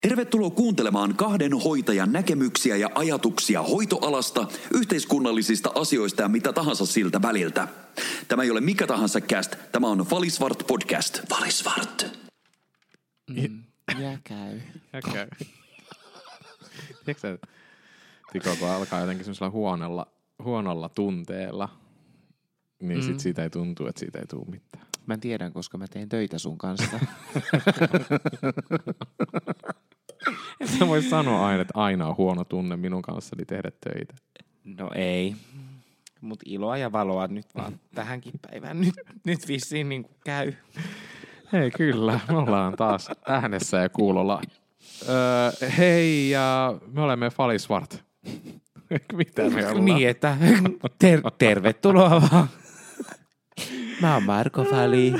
Tervetuloa kuuntelemaan kahden hoitajan näkemyksiä ja ajatuksia hoitoalasta, yhteiskunnallisista asioista ja mitä tahansa siltä väliltä. Tämä ei ole mikä tahansa cast, tämä on Valisvart podcast. Valisvart. Ja käy. Tiedätkö sä, Tiko, kun alkaa jotenkin semmoisella huonolla tunteella, niin sit siitä ei tuntu, että siitä ei tule mitään. Mä tiedän, koska mä teen töitä sun kanssa. Et sä vois sanoa aina, että aina on huono tunne minun kanssani tehdä töitä. No ei. Mut iloa ja valoa nyt vaan tähänkin päivään. Nyt vissiin niin kuin käy. Hei kyllä, me ollaan taas äänessä ja kuulolla. Hei, ja me olemme Valisvart. Mitä me ollaan? Niin, että tervetuloa vaan. Mä oon Marko Fali.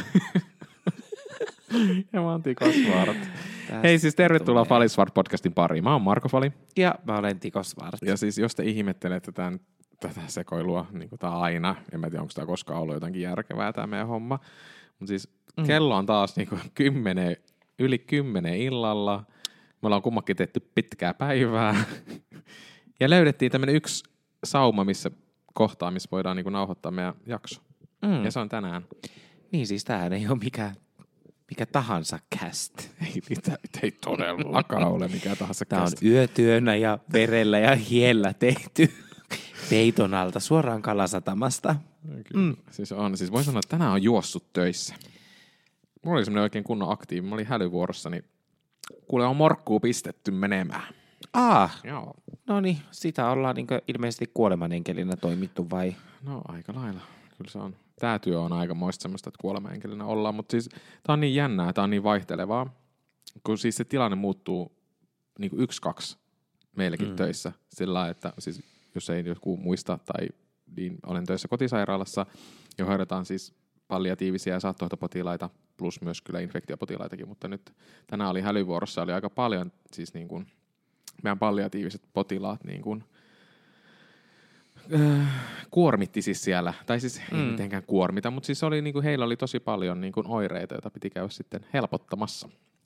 Ja mä oon Tiko Svart. Hei siis tervetuloa Valisvart podcastin pariin. Mä oon Marko Fali. Ja mä olen Tiko Svart. Ja siis jos te ihmettelette tätä sekoilua, niin kuin tää aina, en mä tiedä onko tää koskaan ollut jotenkin järkevää tää meidän homma, mutta siis kello on taas niin kuin yli 10 illalla. Me ollaan kummakin tehty pitkää päivää. Ja löydettiin tämmönen yksi sauma, missä voidaan niin kuin nauhoittaa meidän jakso. Ja se on tänään. Niin siis tämähän ei ole mikä tahansa cast. Ei todellakaan ole mikä tahansa Tämä on cast. yötyönä ja verellä ja hiellä tehty peiton alta suoraan Kalasatamasta. Siis voi sanoa, että tänään on juossut töissä. Mulla oli semmoinen oikein kunnon aktiivi. Mä olin hälyvuorossa, niin kuule on morkkuu pistetty menemään. Joo. No niin, sitä ollaan niin ilmeisesti kuolemanenkelinä toimittu vai? No aika lailla. Kyllä se on. Tää työ on aika moista semmoista, että kuolemanenkelinä ollaan, mutta siis tää on niin jännää, tää on niin vaihtelevaa, kun siis se tilanne muuttuu niin 1-2 meilläkin töissä. Sillä lailla, että siis jos ei joku muista, tai niin olen töissä kotisairaalassa, jo hoidetaan siis palliatiivisia ja saattohoitopotilaita, plus myös kyllä infektiopotilaitakin, mutta nyt tänään oli hälyvuorossa, oli aika paljon siis niin kuin meidän palliatiiviset potilaat niin kuin kuormitti siis siellä, tai siis ei mitenkään kuormita, mutta siis oli, niin kuin, heillä oli tosi paljon niin kuin oireita, joita piti käydä sitten helpottamassa.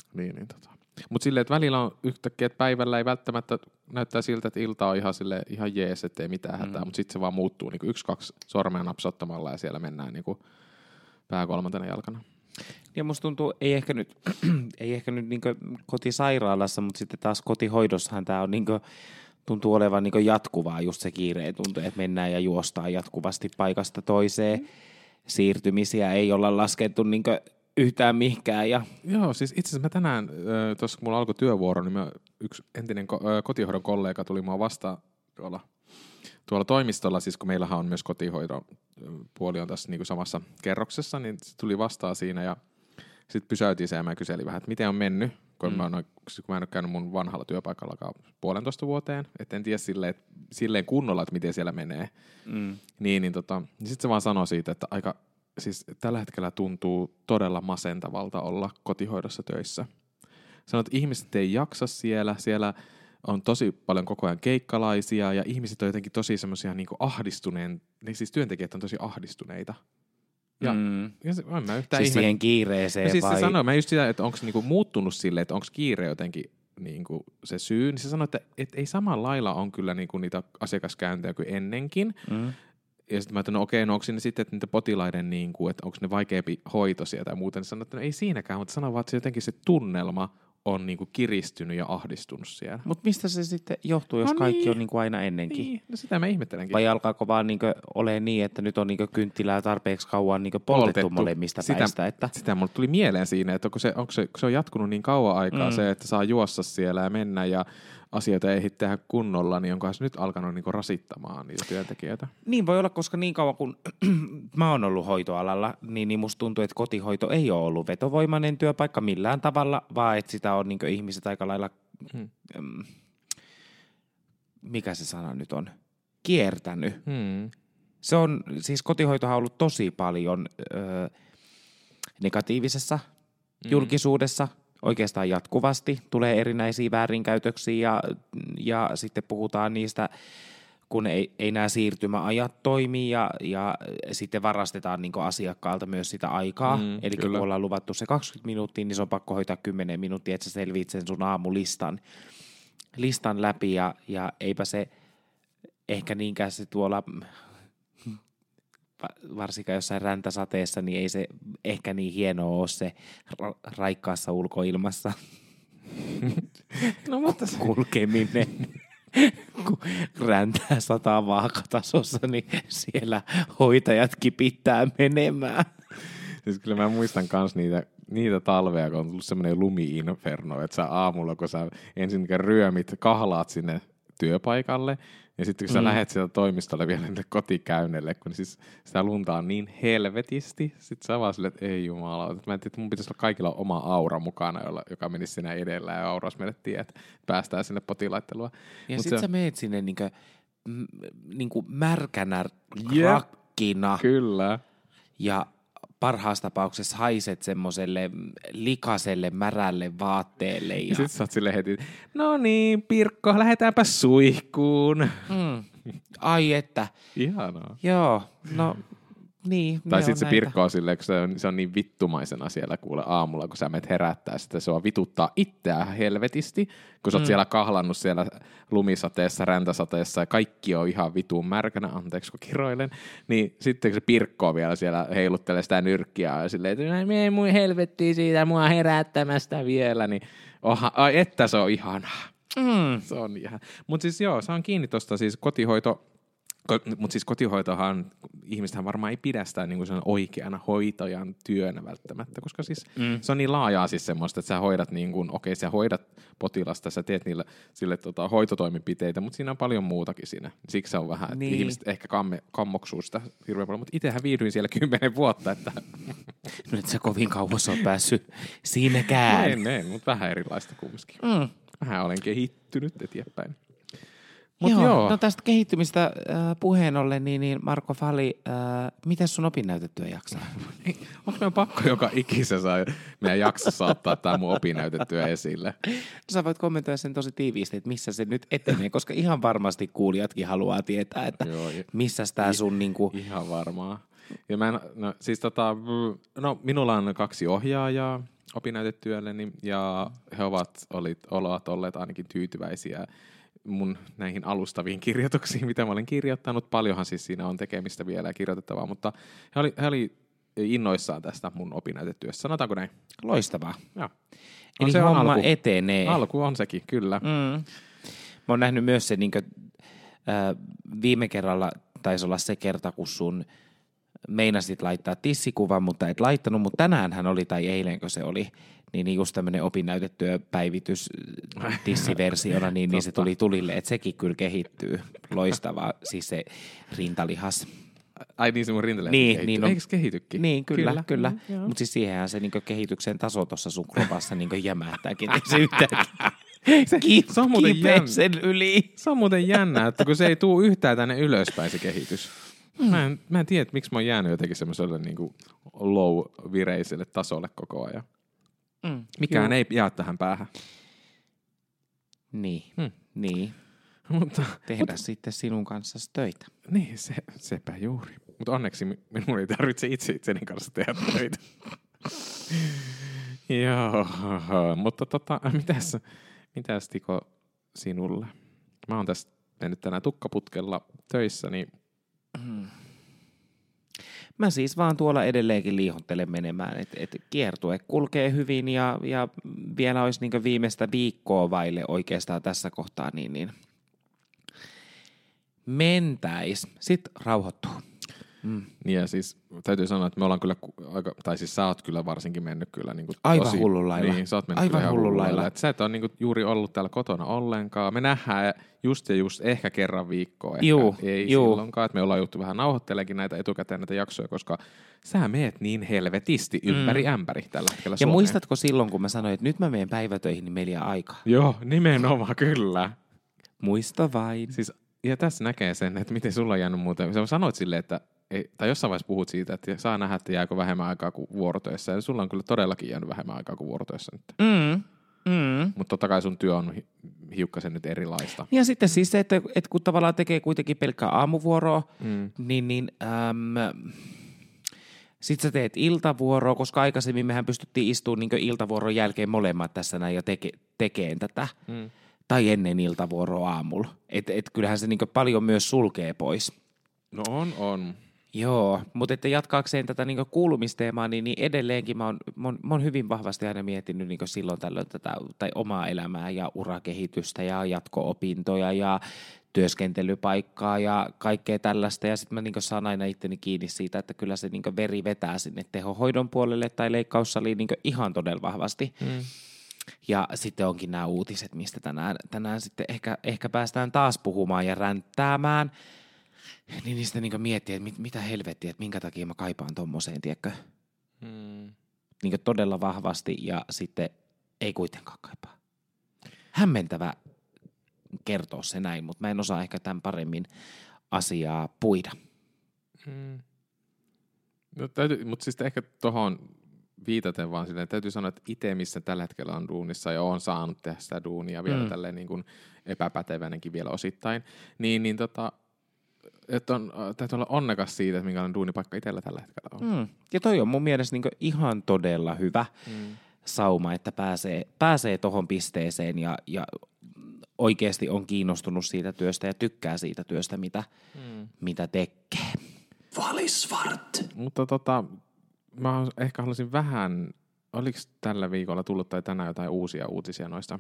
Mutta silleen, että välillä on yhtäkkiä, että päivällä ei välttämättä näyttää siltä, että ilta on ihan jees, ettei mitään hätää, mutta sitten se vaan muuttuu niin 1-2 sormea napsottamalla ja siellä mennään niin kuin pää kolmantena jalkana. Ja musta tuntuu, ei ehkä nyt niin kotisairaalassa, mutta sitten taas kotihoidossahan tämä on niin kuin, tuntuu olevan niin jatkuvaa just se kiire, tuntuu, että mennään ja juostaan jatkuvasti paikasta toiseen. Siirtymisiä ei olla laskettu niin yhtään mihinkään. Joo, siis itse asiassa mä tänään, tuossa kun mulla alkoi työvuoro, niin yksi entinen kotihoidon kollega tuli mua vastaan tuolla toimistolla, siis kun meillähän on myös kotihoidon puoli on tässä niin kuin samassa kerroksessa, niin se tuli vastaan siinä ja sitten pysäytin sen ja mä kyselin vähän, että miten on mennyt, kun mä en ole käynyt mun vanhalla työpaikallakaan 1,5 vuoteen, että en tiedä silleen kunnolla, että miten siellä menee. Niin sitten se vaan sanoi siitä, että siis tällä hetkellä tuntuu todella masentavalta olla kotihoidossa töissä. Sanoi, että ihmiset ei jaksa siellä on tosi paljon koko ajan keikkalaisia ja ihmiset on jotenkin tosi semmoisia niin kuin ahdistuneen, niin siis työntekijät on tosi ahdistuneita. Ja mä yhtään siis siihen kiireeseen siis vai? se sanoi, mä just sitä, että onko se niinku muuttunut silleen, että onko kiire jotenkin niinku se syy, niin se sanoi, että ei samalla lailla on kyllä niinku niitä asiakaskäyntejä kuin ennenkin. Ja sitten mä ajattelin, no okei, no onko siinä sitten, että niitä potilaiden, niinku, että onko ne vaikeampi hoitoisia tai muuten, niin sanoi, että no ei siinäkään, mutta sanoi vaan, että se jotenkin se tunnelma on niinku kiristynyt ja ahdistunut siellä. Mutta mistä se sitten johtuu, jos kaikki on niinku aina ennenkin? Niin, no sitä mä ihmettelenkin. Vai alkaako vaan niinku olemaan niin, että nyt on niinku kynttilää tarpeeksi kauan niinku poltettu molemmista päistä? Sitä mulle tuli mieleen siinä, että kun se on jatkunut niin kauan aikaa se, että saa juossa siellä ja mennä ja asioita ei tehdä kunnolla, niin onkohan se nyt alkanut niinku rasittamaan niitä työntekijöitä? Niin voi olla, koska niin kauan kun mä oon ollut hoitoalalla, niin musta tuntuu, että kotihoito ei ole ollut vetovoimainen työpaikka millään tavalla, vaan että sitä on niinku ihmiset aika lailla, mikä se sana nyt on, kiertänyt. Se on, siis kotihoitohan on ollut tosi paljon negatiivisessa julkisuudessa, oikeastaan jatkuvasti tulee erinäisiä väärinkäytöksiä ja sitten puhutaan niistä kun ei nämä siirtymäajat toimi ja sitten varastetaan niin asiakkaalta myös sitä aikaa. Eli kun ollaan luvattu se 20 minuuttia, niin se on pakko hoitaa 10 minuuttia, että sä selviit sen sun aamulistan läpi ja eipä se ehkä niinkään se tuolla, varsinkaan jossain räntäsateessa, niin ei se ehkä niin hienoa ole se raikkaassa ulkoilmassa kulkeminen. Kun räntää sataa vaakatasossa, niin siellä hoitajatkin pitää menemään. Siis kyllä mä muistan kans niitä talveja, kun on tullut semmoinen lumi-inferno, että sä aamulla, kun sä ensin ryömit, kahlaat sinne työpaikalle, ja sitten kun sä lähet sieltä toimistolle vielä niille kotikäynnille, kun siis sitä lunta on niin helvetisti, sitten sä vaan silleen, että ei jumala, että mä en tiedä, että mun pitäisi olla kaikilla oma aura mukana, joka menisi siinä edellä ja auras meille tie, että päästään sinne potilaittelua. Ja sitten sä meet sinne niinku märkänä rakkina. Kyllä. Ja parhaassa tapauksessa haiset semmoselle likaselle, märälle vaatteelle. Ja sitten sä oot silleen heti, no niin, Pirkko, lähdetäänpä suihkuun. Ai että. Ihanaa. Joo, no niin. Tai sitten se Pirkko on silleen, kun se on niin vittumaisena siellä kuule aamulla, kun sä menet herättää, sitten se on vituttaa itseään helvetisti, kun sä oot siellä kahlannut siellä lumisateessa, räntäsateessa ja kaikki on ihan vitun märkänä, anteeksi kun kiroilen, niin sitten kun se Pirkko vielä siellä heiluttelee sitä nyrkkiä ja silleen, että me mun helvettiin siitä mua herättämästä vielä, niin ai että se on ihanaa. Se on ihan. Mutta siis joo, saan kiinni tuosta siis kotihoito. Mutta siis kotihoitohan, ihmistähän varmaan ei pidä sitä niin kuin sen oikeana hoitajan työnä välttämättä, koska siis se on niin laajaa siis semmoista, että sä hoidat niin kuin, sä hoidat potilasta, sä teet sille hoitotoimenpiteitä, mutta siinä on paljon muutakin siinä. Siksi se on vähän, että ihmiset ehkä kammoksuu sitä hirveän paljon, mutta itsehän viihdyin siellä 10 vuotta, että no et sä kovin kauas on päässyt siinäkään. En, mutta vähän erilaista kumminkin. Vähän olen kehittynyt eteenpäin. Joo, no tästä kehittymistä puheen ollen, niin Marko Fali, miten sun opinnäytetyö jaksaa? Onko meidän pakko joka ikisessä meidän jaksossa ottaa tämä mun opinnäytetyö esille? No sä voit kommentoida sen tosi tiiviisti, että missä se nyt etenee, koska ihan varmasti kuulijatkin haluaa tietää, että missä tämä sun niinku ihan varmaa. Ja minulla on 2 ohjaajaa opinnäytetyölleni ja he ovat olleet ainakin tyytyväisiä mun näihin alustaviin kirjoituksiin, mitä mä olen kirjoittanut. Paljonhan siis siinä on tekemistä vielä ja kirjoitettavaa, mutta he oli innoissaan tästä mun opinnäytetyössä. Sanotaanko näin? Loistavaa. Joo. Eli se homma alku. etenee. Alku on sekin, kyllä. Mä oon nähnyt myös se, viime kerralla taisi olla se kerta, kun sun meinasit laittaa tissikuvan, mutta et laittanut, mutta tänäänhän oli, tai eilenkö se oli, niin just tämmöinen opinnäytetyöpäivitys tissiversiona, niin se tuli tulille, että sekin kyllä kehittyy. Loistavaa, siis se rintalihas. Ai niin, se mun rintalihas niin Eikö se kehitykin? Niin, kyllä. Mutta siis siihenhän se kehityksen taso tuossa sun kropassa jämähtääkin, ei se yhtään kipeä sen yli. Se on muuten jännä, että kun se ei tule yhtään tänne ylöspäin se kehitys. Mä en tiedä, miksi mä oon jäänyt jotenkin semmoiselle niinku low-vireiselle tasolle koko ajan. Mikään ei jää tähän päähän. Niin. Tehdä sitten sinun kanssa töitä. Niin, sepä juuri. Mutta onneksi minun ei tarvitse itseni kanssa tehdä töitä. Joo, mutta mitäs Tiko sinulle? Mä oon tässä mennyt tänään tukkaputkella töissä, niin mä siis vaan tuolla edelleenkin liihottelen menemään, että kiertue kulkee hyvin ja vielä olisi niin viimeistä viikkoa vaille oikeastaan tässä kohtaa, niin mentäis. Sitten rauhoittuu. Ja siis täytyy sanoa, että me ollaan kyllä tai siis sä oot kyllä varsinkin mennyt kyllä niin kuin aivan hullun lailla. Niin, sä oot mennyt aivan kyllä hullun lailla. Että sä et ole niin kuin juuri ollut täällä kotona ollenkaan. Me nähdään just ehkä kerran viikkoa. Ei silloinkaan. Että me ollaan juttu vähän nauhoitteleekin näitä etukäteen näitä jaksoja, koska sä meet niin helvetisti ympäri ämpäri tällä hetkellä Ja Suomeen. muistatko silloin, kun mä sanoin, että nyt mä menen päivätöihin, niin meillä jää aikaa? Joo, nimenomaan kyllä. Muista vain. Siis, ja tässä näkee sen, että miten sulla on jäänyt muuten. Sä sanoit silleen, että tai jossain vaiheessa puhut siitä, että saa nähdä, että jääkö vähemmän aikaa kuin vuorotöissä. Ja sulla on kyllä todellakin jäänyt vähemmän aikaa kuin vuorotöissä nyt. Mutta totta kai sun työ on hiukkasen nyt erilaista. Ja sitten siis se, että kun tavallaan tekee kuitenkin pelkkää aamuvuoroa, niin sitten sä teet iltavuoroa, koska aikaisemmin mehän pystyttiin istumaan niin iltavuoron jälkeen molemmat tässä näin ja tekeen tätä. Tai ennen iltavuoroa aamulla. Et kyllähän se niin paljon myös sulkee pois. No on. Joo, mutta että jatkaakseen tätä niin kuulumisteemaa, niin edelleenkin mä oon hyvin vahvasti aina miettinyt niin silloin tällöin tätä tai omaa elämää ja urakehitystä ja jatko-opintoja ja työskentelypaikkaa ja kaikkea tällaista. Ja sitten mä niin saan aina itteni kiinni siitä, että kyllä se niin veri vetää sinne tehohoidon puolelle tai leikkaussaliin niin ihan todella vahvasti. Ja sitten onkin nämä uutiset, mistä tänään sitten ehkä päästään taas puhumaan ja ränttäämään. Niin niistä niin miettii, että mitä helvettiä, että minkä takia mä kaipaan tommoseen, tiedätkö? Niin todella vahvasti ja sitten ei kuitenkaan kaipaa. Hämmentävä kertoa se näin, mutta mä en osaa ehkä tämän paremmin asiaa puida. No, mutta siis ehkä tuohon viitaten vaan silleen, täytyy sanoa, että itse missä tällä hetkellä on duunissa ja oon saanut tehdä sitä duunia vielä tälleen niin kuin epäpätevänäkin vielä osittain, niin että täytyy olla onnekas siitä, että minkälainen duunipaikka itsellä tällä hetkellä on. Ja toi on mun mielestä niin ihan todella hyvä sauma, että pääsee tohon pisteeseen ja oikeasti on kiinnostunut siitä työstä ja tykkää siitä työstä, mitä tekee. Valisvart. Mutta mä ehkä haluaisin vähän, oliko tällä viikolla tullut tai tänään jotain uusia uutisia noista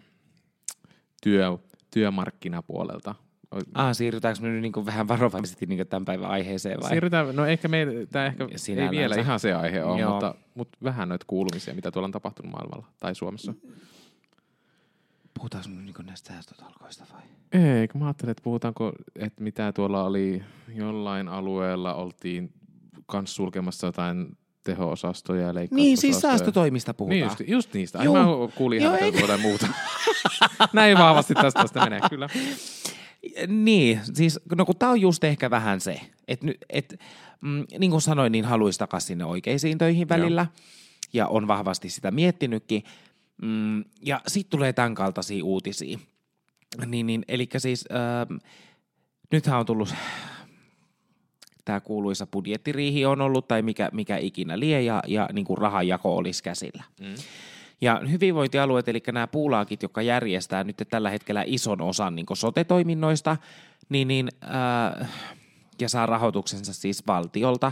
työmarkkinapuolelta? Siirrytäänkö me nyt niin vähän varovaisesti niin tämän päivän aiheeseen vai? Siirrytään, no ehkä tämä ei vielä ihan se aihe ole, mutta vähän noita kuulumisia, mitä tuolla on tapahtunut maailmalla tai Suomessa. Puhutaanko nyt niin näistä säästötalkoista vai? Ei, kun mä ajattelin, että puhutaanko, että mitä tuolla oli jollain alueella, oltiin kans sulkemassa jotain teho-osastoja ja leikkausosastoja. Niin, siis säästötoimista puhutaan. Niin, just niistä. Ai mä kuulin ihan jotain muuta. Näin vahvasti tästä menee, kyllä. Niin, siis no kun tää on just ehkä vähän se, että niin kuin sanoin, niin haluaisi takaisin sinne oikeisiin töihin välillä ja on vahvasti sitä miettinytkin. Ja sit tulee tämän kaltaisia uutisia. Elikkä siis nythän on tullut tämä kuuluisa budjettiriihi on ollut tai mikä ikinä lie ja niin kuin rahanjako olisi käsillä. Ja hyvinvointialueet, eli nämä puulaakit, jotka järjestää nyt tällä hetkellä ison osan niin kuin sote-toiminnoista, ja saa rahoituksensa siis valtiolta,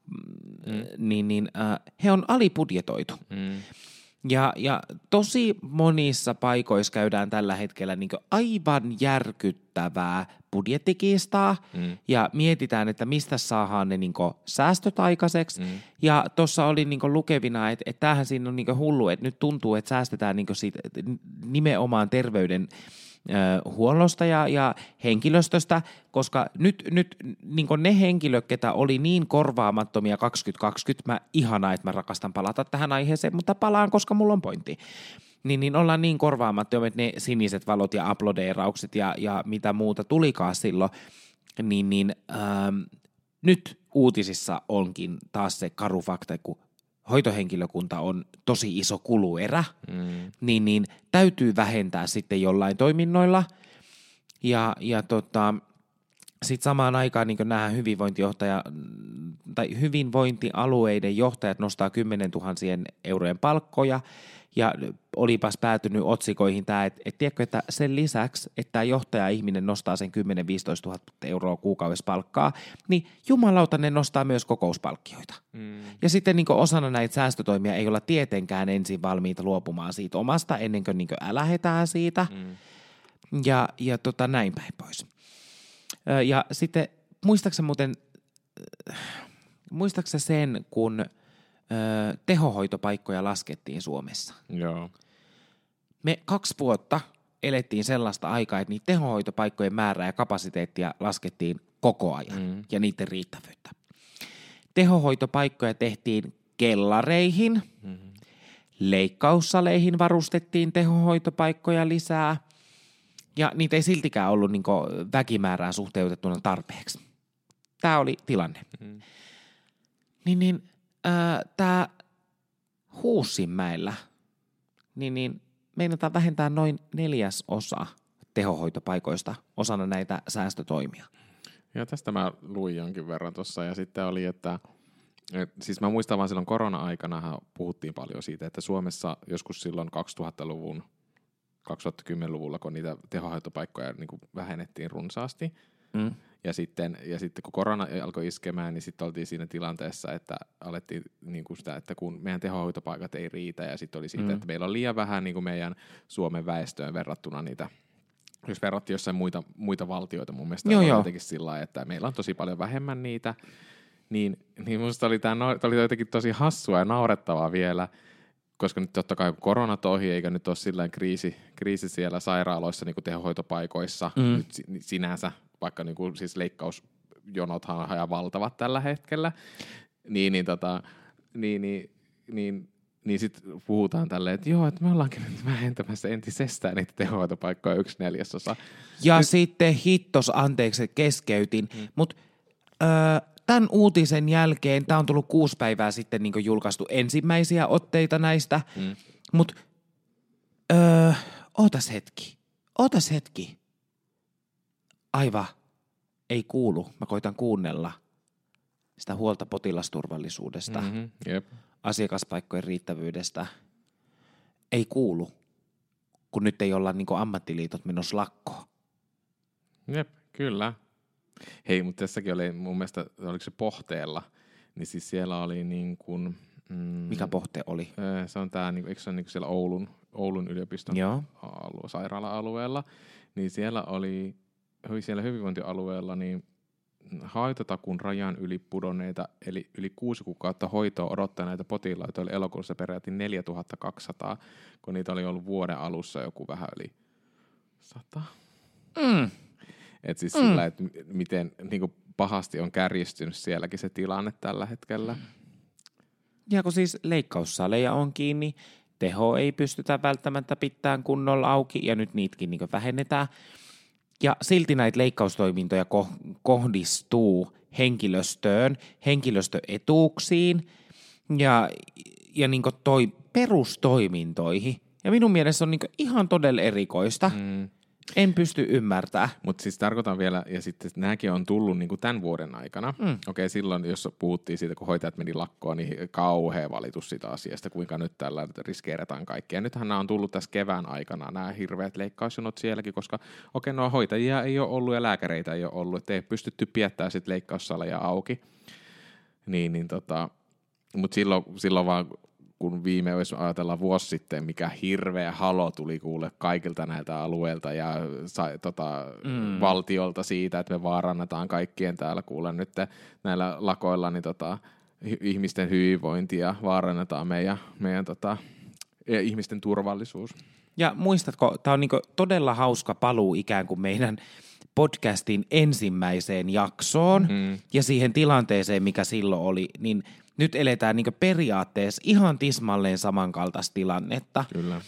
he on alibudjetoitu. Ja tosi monissa paikoissa käydään tällä hetkellä niin kuin aivan järkyttävää budjettikiistaa ja mietitään, että mistä saadaan ne niin kuin säästöt aikaiseksi. Ja tuossa oli niin kuin lukevina, että tämähän siinä on niin kuin hullu, että nyt tuntuu, että säästetään niin kuin siitä nimenomaan terveyden huollosta ja henkilöstöstä, koska nyt niin ne henkilöt, ketä oli niin korvaamattomia 2020, ihanaa, että mä rakastan palata tähän aiheeseen, mutta palaan, koska mulla on pointti. Niin ollaan niin korvaamattomia, että ne siniset valot ja aplodeeraukset ja mitä muuta tulikaan silloin, nyt uutisissa onkin taas se karu fakta, kun hoitohenkilökunta on tosi iso kuluerä, niin täytyy vähentää sitten jollain toiminnoilla. Ja sitten samaan aikaan niin nämä hyvinvointialueiden johtajat nostaa 10 000 eurojen palkkoja, ja olipas päätynyt otsikoihin tämä, että tiedätkö, että sen lisäksi, että tämä johtaja-ihminen nostaa sen 10-15 000 euroa kuukaudessa palkkaa, niin jumalauta ne nostaa myös kokouspalkkioita. Ja sitten niin osana näitä säästötoimia ei olla tietenkään ensin valmiita luopumaan siitä omasta, ennen kuin lähdetään siitä. Ja näin päin pois. Ja sitten muistaaksä sen, kun tehohoitopaikkoja laskettiin Suomessa? Joo. Me 2 vuotta elettiin sellaista aikaa, että niitä tehohoitopaikkojen määrää ja kapasiteettia laskettiin koko ajan ja niiden riittävyyttä. Tehohoitopaikkoja tehtiin kellareihin, leikkaussaleihin varustettiin tehohoitopaikkoja lisää ja niitä ei siltikään ollut niin kuin väkimäärään suhteutettuna tarpeeksi. Tämä oli tilanne. Tämä Huussinmäellä, meinataan vähentää noin 1/4 tehohoitopaikoista osana näitä säästötoimia. Ja tästä mä luin jonkin verran tuossa ja sitten oli, että siis mä muistan vaan silloin korona-aikana puhuttiin paljon siitä, että Suomessa joskus silloin 2000-luvun, 2010-luvulla, kun niitä tehohoitopaikkoja niin kuin vähennettiin runsaasti. Ja sitten kun korona alkoi iskemään, niin sitten oltiin siinä tilanteessa, että alettiin niin kuin sitä, että kun meidän tehohoitopaikat ei riitä ja sitten oli siitä, että meillä on liian vähän niin kuin meidän Suomen väestöön verrattuna niitä. Jos verrattiin jossain muita valtioita, mun mielestä on jotenkin sillä lailla, että meillä on tosi paljon vähemmän niitä, niin musta oli jotenkin tosi hassua ja naurettavaa vielä, koska nyt totta kai koronat ohi, eikä nyt ole sillään kriisi siellä sairaaloissa niin kuin tehohoitopaikoissa nyt sinänsä, vaikka niin kuin, siis leikkausjonothan on ihan valtavat tällä hetkellä, niin sitten puhutaan tälleen, että joo, että me ollaankin nyt vähentämässä entisestään niitä tehohoitopaikkoja 1/4. Ja sitten hittos, anteeksi, että keskeytin, mutta tämän uutisen jälkeen, tämä on tullut 6 päivää sitten niin julkaistu ensimmäisiä otteita näistä, mutta ootas hetki. Aivan, ei kuulu, mä koitan kuunnella sitä huolta potilasturvallisuudesta. Jep. Asiakaspaikkojen riittävyydestä ei kuulu, kun nyt ei olla niin kuin ammattiliitot menossa lakkoon. Jep, kyllä. Hei, mutta tässäkin oli mun mielestä, oliko se Pohteella, niin siis siellä oli niin kuin... Mikä Pohte oli? Se on tää, eikö se ole niin kuin siellä Oulun yliopiston sairaala-alueella, niin siellä oli siellä hyvinvointialueella niin hoitotakuun rajan yli pudonneita, eli yli 6 kuukautta hoitoa odottaneita potilaita oli elokuussa peräti 4200, kun niitä oli ollut vuoden alussa joku vähän yli 100. Että siis sillä, että miten niin kuin pahasti on kärjistynyt sielläkin se tilanne tällä hetkellä. Ja kun siis leikkaussaleja on kiinni, teho ei pystytä välttämättä pitämään kunnolla auki ja nyt niitäkin niin vähennetään. Ja silti näitä leikkaustoimintoja kohdistuu henkilöstöön, henkilöstöetuuksiin ja niin perustoimintoihin. Ja minun mielestä on niin ihan todella erikoista. En pysty ymmärtämään. Mutta siis tarkoitan vielä, ja sitten nämäkin on tullut niin kuin tämän vuoden aikana. Okei, silloin, jos puhuttiin siitä, kun hoitajat meni lakkoon, niin kauhea valitus siitä asiasta, kuinka nyt tällä riskeerataan kaikkea. Ja nythän nämä on tullut tässä kevään aikana, nämä hirveät leikkausjonot sielläkin, koska no hoitajia ei ole ollut ja lääkäreitä ei ole ollut, että ei pystytty piettämään sitten leikkaussaleja auki. Mutta silloin vaan... kun viime jos ajatellaan vuosi sitten, mikä hirveä halo tuli kuule kaikilta näiltä alueilta ja valtiolta siitä, että me vaarannetaan kaikkien täällä kuule nyt näillä lakoilla niin ihmisten hyvinvointia, vaarannetaan meidän ihmisten turvallisuus. Ja muistatko, tämä on niinku todella hauska paluu ikään kuin meidän podcastin ensimmäiseen jaksoon ja siihen tilanteeseen, mikä silloin oli, niin nyt eletään niin periaatteessa ihan tismalleen samankaltaista tilannetta. Kyllä.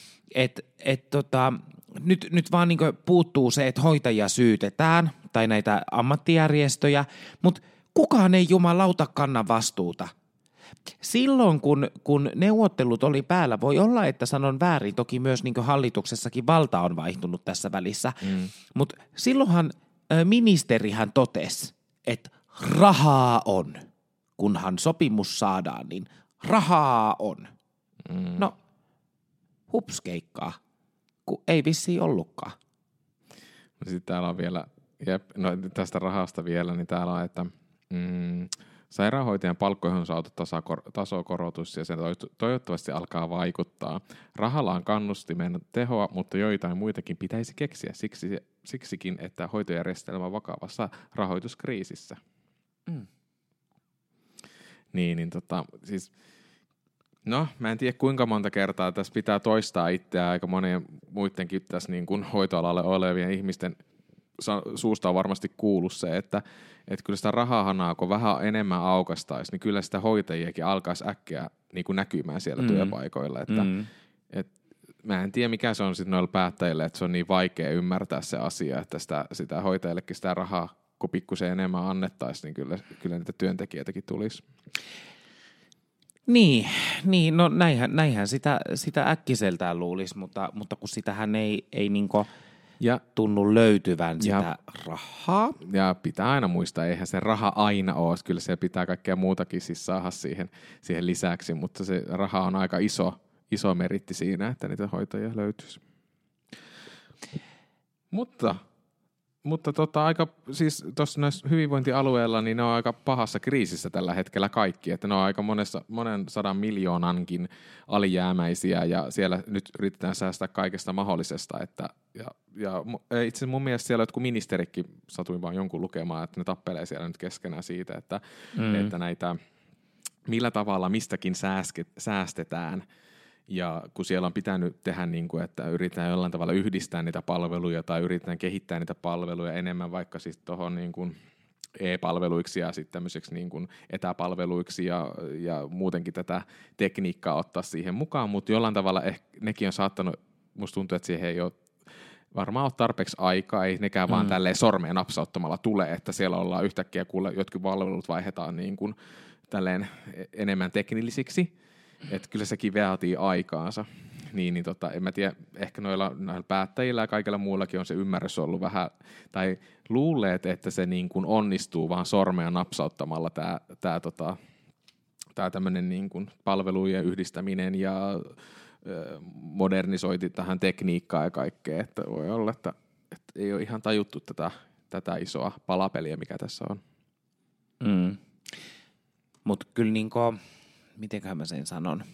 Nyt vaan niin puuttuu se, että hoitajia syytetään tai näitä ammattijärjestöjä, mutta kukaan ei jumalauta kanna vastuuta. Silloin, kun neuvottelut oli päällä, voi olla, että sanon väärin, toki myös niin hallituksessakin valta on vaihtunut tässä välissä, mutta silloinhan ministerihän totesi, että rahaa on. Kunhan sopimus saadaan, niin rahaa on. No, hupskeikkaa, kun ei vissiin ollutkaan. Sitten täällä on vielä, tästä rahasta vielä, niin täällä on, että sairaanhoitajan palkkoihin on saatu tasokorotus ja se toivottavasti alkaa vaikuttaa. Rahalla on kannustimen tehoa, mutta joitain muitakin pitäisi keksiä siksikin, että hoitojärjestelmä on vakavassa rahoituskriisissä. Siis, no, mä en tiedä kuinka monta kertaa tässä pitää toistaa itseään aika monien muidenkin tässä niin kuin hoitoalalle olevien ihmisten suusta on varmasti kuullut se, että kyllä sitä rahahanaa, kun vähän enemmän aukastaisi, niin kyllä sitä hoitajiakin alkaisi äkkiä niin kuin näkymään siellä työpaikoilla. Mä en tiedä, mikä se on sitten noilla päättäjillä, että se on niin vaikea ymmärtää se asia, että sitä hoitajillekin sitä rahaa, kun pikkusen enemmän annettaisiin, niin kyllä niitä työntekijöitäkin tulisi. Niin, no näinhän sitä äkkiseltään luulisi, mutta kun sitähän ei niinku... tunnu löytyvän sitä rahaa. Ja pitää aina muistaa, eihän se raha aina ole. Kyllä se pitää kaikkea muutakin siis saada siihen lisäksi, mutta se raha on aika iso meritti siinä, että niitä hoitajia löytyisi. Mutta aika, siis tuossa näissä hyvinvointialueilla, niin ne on aika pahassa kriisissä tällä hetkellä kaikki, että ne on aika monen 100 miljoonankin alijäämäisiä ja siellä nyt yritetään säästää kaikesta mahdollisesta, ja itse asiassa mun mielestä siellä jotkut ministerikin, satuin vaan jonkun lukemaan, että ne tappelee siellä nyt keskenään siitä, että näitä, millä tavalla mistäkin säästetään. Ja kun siellä on pitänyt tehdä niin kuin, että yritetään jollain tavalla yhdistää niitä palveluja tai yritetään kehittää niitä palveluja enemmän vaikka siis tuohon niin kuin e-palveluiksi ja sitten tämmöiseksi niin kuin etäpalveluiksi ja muutenkin tätä tekniikkaa ottaa siihen mukaan, mutta jollain tavalla nekin on saattanut, musta tuntuu, että siihen ei ole varmaan ole tarpeeksi aikaa, ei nekään vaan tälleen sormeen napsauttamalla tule, että siellä ollaan yhtäkkiä, kuule, jotkut palvelut vaihdetaan niin kuin tälleen enemmän teknillisiksi. Että kyllä sekin vaatii aikaansa. En mä tiedä, ehkä noilla päättäjillä ja kaikilla muullakin on se ymmärrys ollut vähän, tai luuleet, että se niin kuin onnistuu vaan sormea napsauttamalla tämä tämmöinen niin kuin palvelujen yhdistäminen ja modernisointi tähän tekniikkaan ja kaikkea, että voi olla, että ei ole ihan tajuttu tätä isoa palapeliä, mikä tässä on. Mutta kyllä niinku mitenköhän mä sen sanon?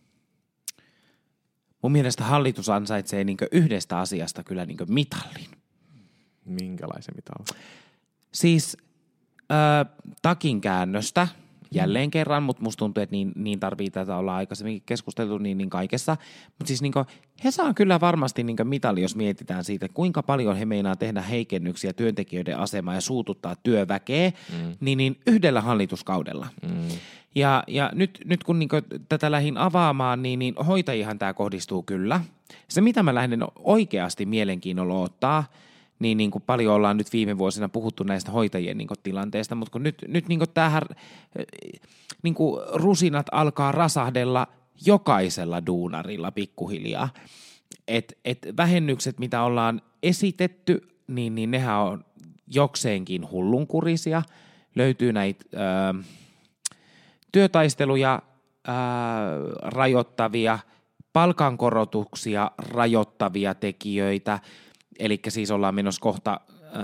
Mun mielestä hallitus ansaitsee niinkö yhdestä asiasta kyllä niinkö mitallin. Minkälaisen mitallin? Siis takin käännöstä jälleen kerran, mutta musta tuntuu, että niin tarvii tätä olla aikaisemmin keskusteltu niin kaikessa. Mutta siis niinkö, he saa kyllä varmasti niinkö mitali, jos mietitään siitä, kuinka paljon he meinaa tehdä heikennyksiä työntekijöiden asemaan ja suututtaa työväkeä, niin yhdellä hallituskaudella. Ja nyt kun niinku tätä lähdin avaamaan, niin hoitajihan tämä kohdistuu kyllä. Se, mitä mä lähden oikeasti mielenkiinnolla ottaa, niin kuin paljon ollaan nyt viime vuosina puhuttu näistä hoitajien niin kuin tilanteesta, mutta kun nyt niin kuin tämähän niin kuin rusinat alkaa rasahdella jokaisella duunarilla pikkuhiljaa. Et vähennykset, mitä ollaan esitetty, niin nehän on jokseenkin hullunkurisia. Löytyy näitä työtaisteluja rajoittavia, palkankorotuksia rajoittavia tekijöitä. Eli siis ollaan menossa kohta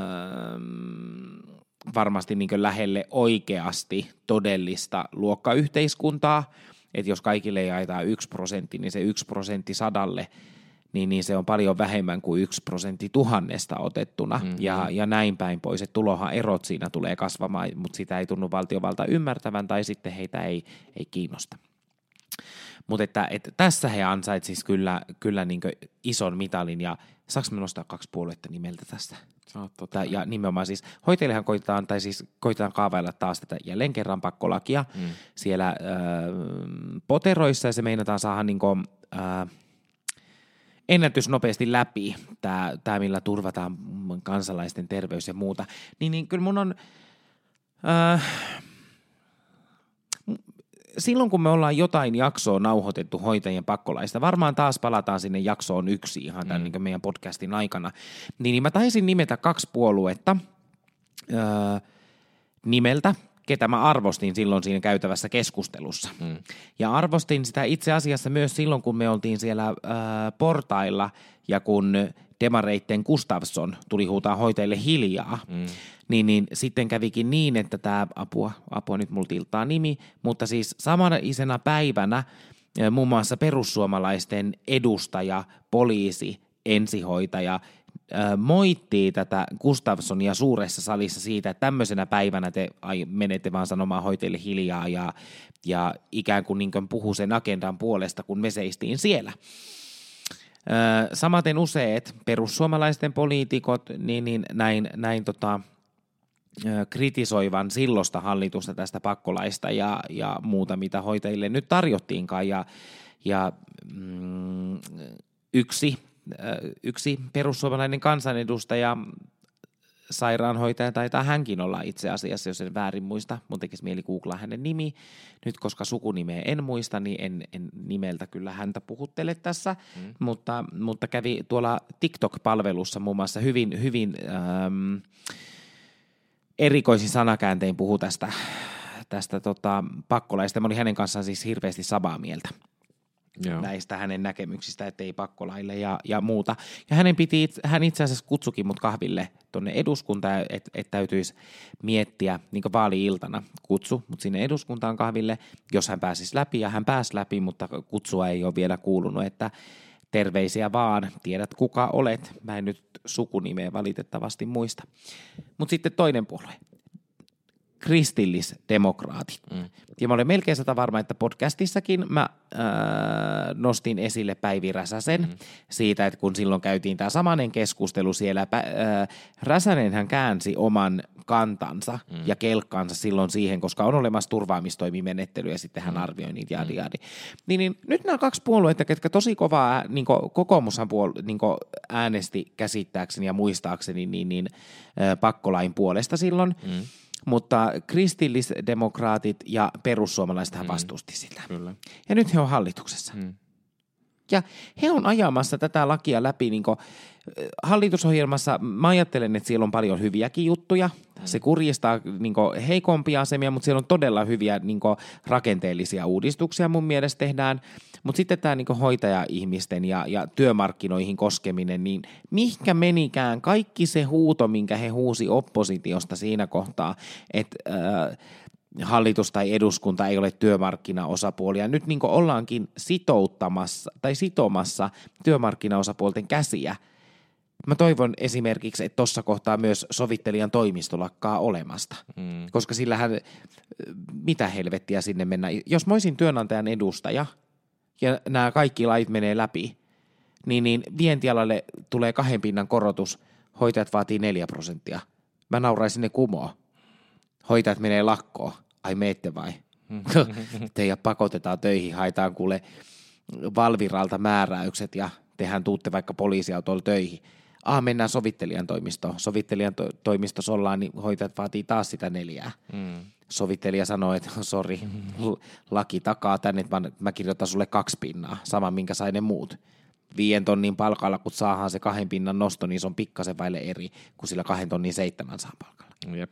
varmasti niin kuin lähelle oikeasti todellista luokkayhteiskuntaa. Että jos kaikille jaetaan 1%, niin se 1% 100, niin se on paljon vähemmän kuin 1% 1000 otettuna. Ja näin päin pois. Että tulohan erot siinä tulee kasvamaan, mutta sitä ei tunnu valtiovalta ymmärtävän tai sitten heitä ei kiinnosta. Mutta että tässä he ansaitsisivat kyllä niin ison mitalin ja saanko me nostaa 2 puoluetta nimeltä tästä? Ja nimenomaan siis hoitajillehan koitetaan kaavailla taas tätä jälleen kerran pakkolakia siellä poteroissa ja se meinataan saada niin kuin, ennätysnopeasti läpi, tämä millä turvataan kansalaisten terveys ja muuta. Niin kyllä mun on silloin kun me ollaan jotain jaksoa nauhoitettu hoitajien pakkolaista, varmaan taas palataan sinne jaksoon 1 ihan tämän niin meidän podcastin aikana, niin mä taisin nimetä 2 puoluetta nimeltä, ketä mä arvostin silloin siinä käytävässä keskustelussa. Ja arvostin sitä itse asiassa myös silloin, kun me oltiin siellä portailla ja kun demareitten Gustafsson tuli huutaa hoitajille hiljaa, niin sitten kävikin niin, että tämä apua nyt mulla tiltaa nimi, mutta siis samaisena päivänä muun muassa perussuomalaisten edustaja, poliisi, ensihoitaja moittii tätä Gustafssonia suuressa salissa siitä, että tämmöisenä päivänä te menette vaan sanomaan hoitajille hiljaa ja ikään kuin puhuu sen agendan puolesta, kun me seistiin siellä. Samaten useat perussuomalaisten poliitikot niin näin kritisoivan silloista hallitusta tästä pakkolaista ja muuta, mitä hoitajille nyt tarjottiinkaan. Yksi perussuomalainen kansanedustaja sairaanhoitaja taitaa hänkin olla itse asiassa, jos en väärin muista. Mun tekisi mieli googlaa hänen nimi. Nyt koska sukunimeä en muista, niin en nimeltä kyllä häntä puhuttele tässä. Mutta kävi tuolla TikTok-palvelussa muun muassa hyvin erikoisin sanakääntein puhu tästä pakkolaista. Mä olin hänen kanssaan siis hirveästi samaa mieltä. Joo. Näistä hänen näkemyksistä, ettei pakkolaille ja muuta. Ja hän itse asiassa kutsukin mut kahville tuonne eduskuntaan, että täytyisi miettiä, niin kuin vaali-iltana kutsu mut sinne eduskuntaan kahville, jos hän pääsisi läpi, ja hän pääsi läpi, mutta kutsua ei ole vielä kuulunut, että terveisiä vaan, tiedät kuka olet. Mä en nyt sukunimeä valitettavasti muista. Mutta sitten toinen puolue. Kristillisdemokraatit. Ja mä olen melkein varma, että podcastissakin mä nostin esille Päivi Räsäsen siitä, että kun silloin käytiin tämä samainen keskustelu siellä, Räsänen hän käänsi oman kantansa ja kelkkansa silloin siihen, koska on olemassa turvaamistoimimenettely ja sitten hän arvioi niitä jaadi. Niin nyt nämä kaksi puolueita, ketkä tosi kovaa, niin kokoomushan niin äänesti käsittääkseni ja muistaakseni pakkolain puolesta silloin, mutta kristillisdemokraatit ja perussuomalaisethan vastusti sitä. Kyllä. Ja nyt he on hallituksessa. Ja he on ajamassa tätä lakia läpi hallitusohjelmassa. Mä ajattelen, että siellä on paljon hyviäkin juttuja. Se kurjistaa heikompia asemia, mutta siellä on todella hyviä rakenteellisia uudistuksia mun mielestä tehdään. Mutta sitten tämä hoitaja-ihmisten ja työmarkkinoihin koskeminen, niin mihinkä menikään kaikki se huuto, minkä he huusi oppositiosta siinä kohtaa, että hallitus tai eduskunta ei ole työmarkkinaosapuolia. Nyt ollaankin sitomassa työmarkkinaosapuolten käsiä. Mä toivon esimerkiksi, että tuossa kohtaa myös sovittelijan toimisto lakkaa olemasta, koska sillähän mitä helvettiä sinne mennä. Jos mä olisin työnantajan edustaja ja nämä kaikki lait menee läpi, niin vientialalle tulee 2 pinnan korotus, hoitajat vaatii 4%. Mä nauraisin ne kumoa. Hoitajat menee lakkoon. Ai meette vai? Teidät pakotetaan töihin, haetaan kuule Valviralta määräykset ja tehän tuutte vaikka poliisiautoilla töihin. Mennään sovittelijan toimistoon. Sovittelijan toimistossa ollaan, niin hoitajat vaatii taas sitä 4. Sovittelija sanoo, että sori, laki takaa tänne, että mä kirjoitan sulle 2 pinnaa, sama minkä sai ne muut. 5 tonnin palkalla, kun saadaan se 2 pinnan nosto, niin se on pikkasen vaille eri, kuin sillä 2 tonnin 7 saa palkalla. Jep.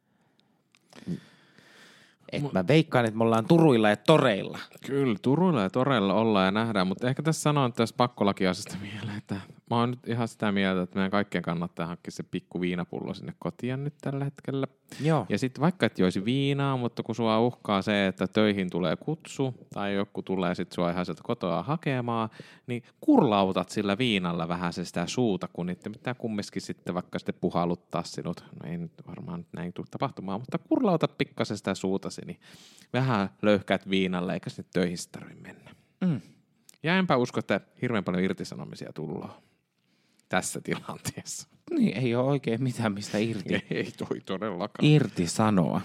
Mä veikkaan, että me ollaan turuilla ja toreilla. Kyllä, turuilla ja toreilla ollaan ja nähdään, mutta ehkä tässä sanon tässä pakkolakiasiasta mieleen, että mä oon nyt ihan sitä mieltä, että meidän kaikkien kannattaa hankkia se pikku viinapullo sinne kotiin nyt tällä hetkellä. Joo. Ja sitten vaikka et joisi viinaa, mutta kun sua uhkaa se, että töihin tulee kutsu tai joku tulee sitten sua ihan sieltä kotoa hakemaan, niin kurlautat sillä viinalla vähän se sitä suuta, kun niitä pitää kumminkin sitten vaikka sitten puhalluttaa sinut. No ei nyt varmaan näin tule tapahtumaan, mutta kurlautat pikkasen sitä suutasi, niin vähän löyhkäät viinalle eikä sitten töihin tarvitse mennä. Ja enpä usko, että hirveän paljon irtisanomisia tullaan tässä tilanteessa. Niin, ei ole oikein mitään mistä irti. Ei toi todellakaan. Irti sanoa.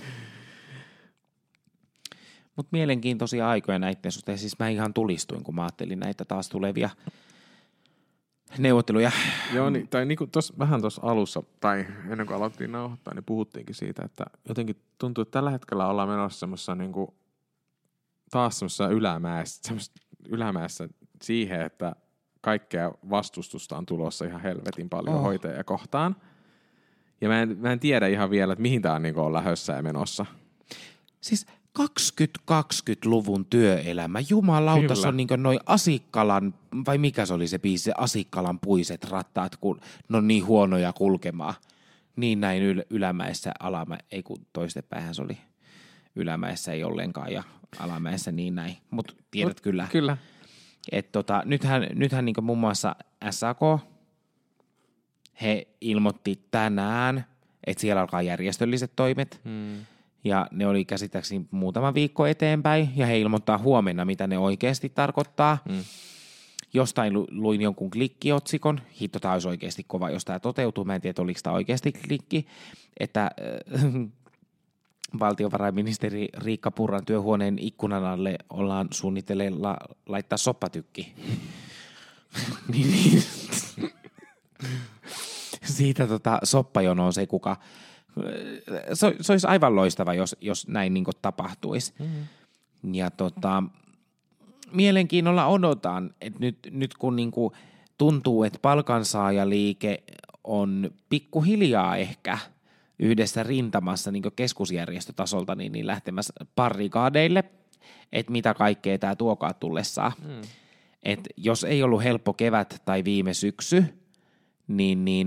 Mutta mielenkiintoisia aikoja näiden suhteen. Siis mä ihan tulistuin, kun mä ajattelin näitä taas tulevia neuvotteluja. Joo, niin, tai niin kuin vähän tuossa alussa, tai ennen kuin aloittiin nauhoittaa, niin puhuttiinkin siitä, että jotenkin tuntuu, että tällä hetkellä ollaan menossa semmoisessa niin kuin, taas semmoisessa ylämäessä siihen, että kaikkea vastustusta on tulossa ihan helvetin paljon hoitajia kohtaan. Ja mä en tiedä ihan vielä, että mihin tää on lähdössä ja menossa. Siis 2020-luvun työelämä. Jumalauta, se on noin Asikkalan, vai mikä se oli se biisi, Asikkalan puiset rattaat, kun ne on niin huonoja kulkemaan. Niin näin ylämäessä, ei kun toistepäinhän se oli. Ylämäessä ei ollenkaan ja alamäessä niin näin. Mutta tiedät kyllä. Kyllä. Nythän muun muassa SAK, he ilmoitti tänään, että siellä alkaa järjestölliset toimet. Ja ne oli käsittääkseni muutama viikko eteenpäin, ja he ilmoittaa huomenna, mitä ne oikeasti tarkoittaa. Jostain luin jonkun klikkiotsikon. Hitto, tämä olisi oikeasti kova, jos tämä toteutuu. Mä en tiedä, oliko tämä oikeasti klikki. Että valtiovarainministeri Riikka Purran työhuoneen ikkunan alle ollaan suunnitteilla laittaa soppatykki. niin. siitä soppajonoon se, kuka... Se olisi aivan loistava, jos näin niin kuin tapahtuisi. Mm-hmm. Ja mielenkiinnolla odotan, että nyt kun niin kuin tuntuu, että palkansaajaliike on pikkuhiljaa ehkä yhdessä rintamassa niin kuin keskusjärjestötasolta niin lähtemässä barrikaadeille, että mitä kaikkea tämä tuokaa tullessaan. Että jos ei ollut helppo kevät tai viime syksy, niin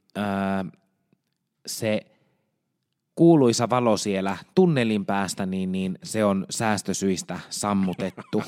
se kuuluisa valo siellä tunnelin päästä, niin se on säästösyistä sammutettu.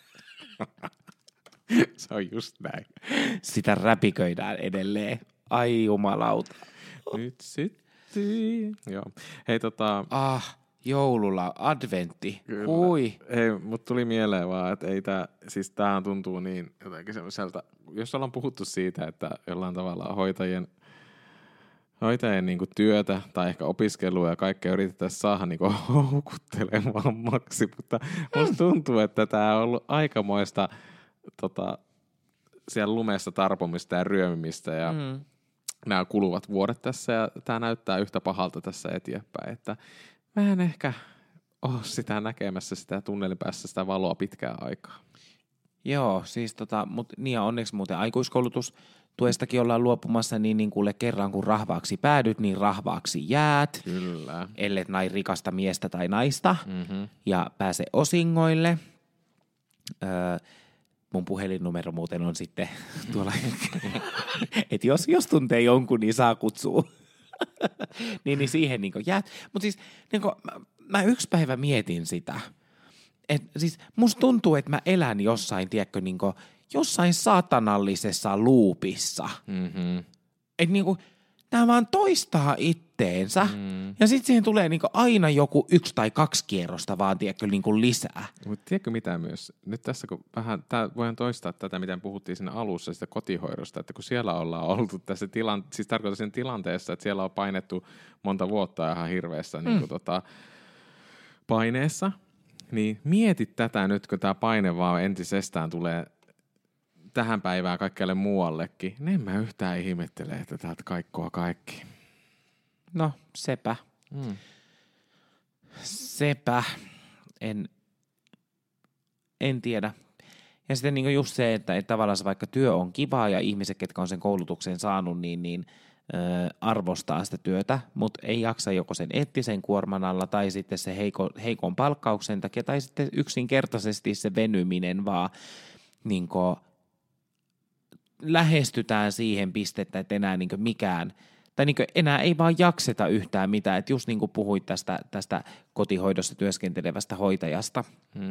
Se on just näin. Sitä räpiköidään edelleen. Ai jumalauta. Nyt sitten. Joo. Hei joululla, adventti. Kyllä. Hui. Hei, mut tuli mieleen vaan, että ei tää, siis tämähän tuntuu niin jotenkin semmoiselta, jos ollaan puhuttu siitä, että jollain tavalla hoitajien niinku työtä tai ehkä opiskelua ja kaikkea yritetään saada niinku houkuttelevammaksi, mutta musta tuntuu, että tää on ollut aikamoista siellä lumessa tarpomista ja ryömimistä ja nämä kuluvat vuodet tässä ja tää näyttää yhtä pahalta tässä eteenpäin, että mä en ehkä ole sitä näkemässä sitä tunnelin päässä sitä valoa pitkään aikaa. Joo, siis mutta niin ja onneksi muuten aikuiskoulutustuestakin ollaan luopumassa, niin kuule kerran kun rahvaaksi päädyt, niin rahvaaksi jäät. Kyllä. Ellet näin rikasta miestä tai naista ja pääse osingoille. Mun puhelinnumero muuten on sitten tuolla, että jos tuntee jonkun, niin saa kutsua. niin siihen niin jäät. Mutta siis niin mä yksi päivä mietin sitä. Siis musta tuntuu, että mä elän jossain, tiedätkö, niin jossain saatanallisessa luupissa. Mm-hmm. Että niin tää vaan toistaa itteensä. Ja sitten siihen tulee niin aina joku 1 tai 2 kierrosta vaan, tiedätkö, niin lisää. Mutta tiedätkö mitä myös? Nyt tässä kun vähän, voin toistaa tätä, miten puhuttiin siinä alussa sitä kotihoidosta, että kun siellä ollaan oltu tässä siis tarkoitan sen tilanteessa, että siellä on painettu monta vuotta ihan hirveässä niin paineessa, niin mietit tätä nyt, kun tämä paine vaan entisestään tulee tähän päivään kaikkialle muuallekin, niin en mä yhtään ihmettele, että täältä kaikkoa kaikki. No, sepä. Sepä. En tiedä. Ja sitten niin just se, että tavallaan vaikka työ on kivaa ja ihmiset, ketkä on sen koulutuksen saanut, niin arvostaa sitä työtä, mutta ei jaksa joko sen eettisen kuorman alla tai sitten se heikon palkkauksen takia tai sitten yksinkertaisesti se venyminen, vaan niin lähestytään siihen pistettä, että enää niin mikään, tai niin enää ei vaan jakseta yhtään mitään, että just niin kuin puhuit tästä kotihoidossa työskentelevästä hoitajasta,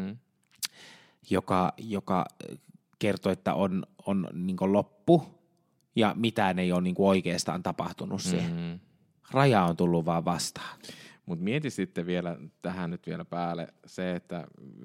joka kertoi, että on niin loppu, ja mitään ei ole niin oikeastaan tapahtunut siihen. Raja on tullut vaan vastaan. Mutta mieti sitten vielä tähän nyt vielä päälle se, että